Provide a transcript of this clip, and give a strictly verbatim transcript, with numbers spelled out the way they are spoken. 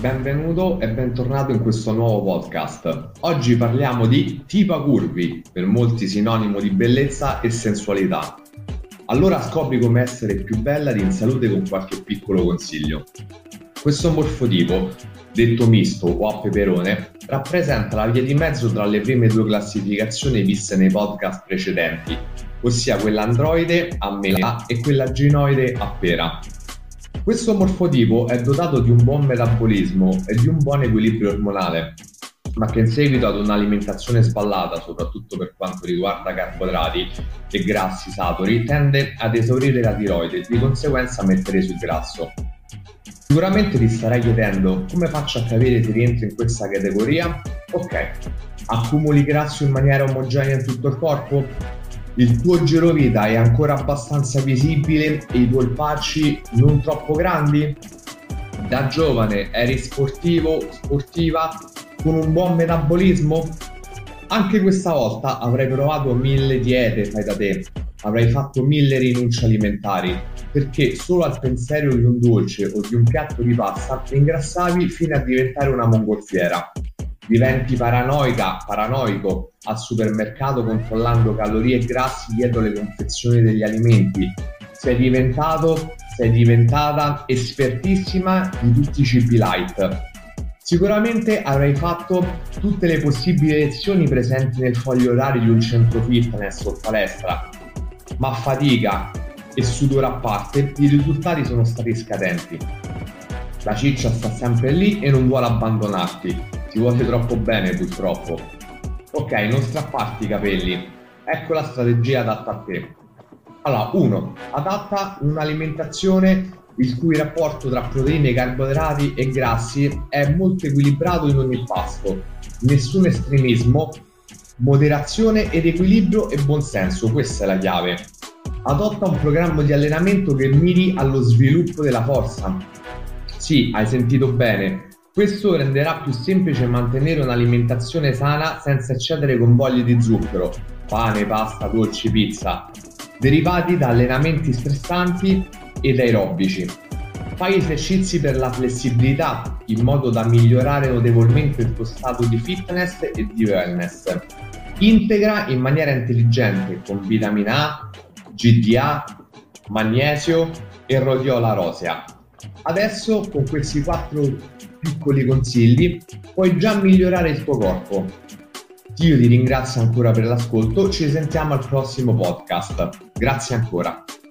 Benvenuto e bentornato in questo nuovo podcast. Oggi parliamo di Tipa Curvy, per molti sinonimo di bellezza e sensualità. Allora scopri come essere più bella ed in salute con qualche piccolo consiglio. Questo morfotipo, detto misto o a peperone, rappresenta la via di mezzo tra le prime due classificazioni viste nei podcast precedenti, ossia quella androide a mela e quella ginoide a pera. Questo morfotipo è dotato di un buon metabolismo e di un buon equilibrio ormonale, ma che in seguito ad un'alimentazione sballata, soprattutto per quanto riguarda carboidrati e grassi saturi, tende ad esaurire la tiroide e di conseguenza a mettere sul grasso. Sicuramente ti starai chiedendo come faccio a capire se rientro in questa categoria? Ok, accumuli grasso in maniera omogenea in tutto il corpo? Il tuo girovita è ancora abbastanza visibile e i polpacci non troppo grandi? Da giovane eri sportivo, sportiva, con un buon metabolismo? Anche questa volta avrai provato mille diete fai da te, avrai fatto mille rinunce alimentari, perché solo al pensiero di un dolce o di un piatto di pasta ti ingrassavi fino a diventare una mongolfiera. Diventi paranoica, paranoico al supermercato controllando calorie e grassi dietro le confezioni degli alimenti. Sei diventato, sei diventata espertissima di tutti i cibi light. Sicuramente avrai fatto tutte le possibili lezioni presenti nel foglio orario di un centro fitness o palestra, ma fatica e sudore a parte, i risultati sono stati scadenti. La ciccia sta sempre lì e non vuole abbandonarti. Ti vuole troppo bene purtroppo. Ok, non strapparti i capelli. Ecco la strategia adatta a te. Allora, uno. Adatta un'alimentazione il cui rapporto tra proteine, carboidrati e grassi è molto equilibrato in ogni pasto. Nessun estremismo, moderazione ed equilibrio e buonsenso, questa è la chiave. Adotta un programma di allenamento che miri allo sviluppo della forza. Sì, hai sentito bene. Questo renderà più semplice mantenere un'alimentazione sana senza eccedere con voglie di zucchero, pane, pasta, dolci, pizza, derivati da allenamenti stressanti ed aerobici. Fai esercizi per la flessibilità in modo da migliorare notevolmente il tuo stato di fitness e di wellness. Integra in maniera intelligente con vitamina A, G D A, magnesio e rhodiola rosea. Adesso con questi quattro piccoli consigli puoi già migliorare il tuo corpo. Io ti ringrazio ancora per l'ascolto, ci sentiamo al prossimo podcast. Grazie ancora.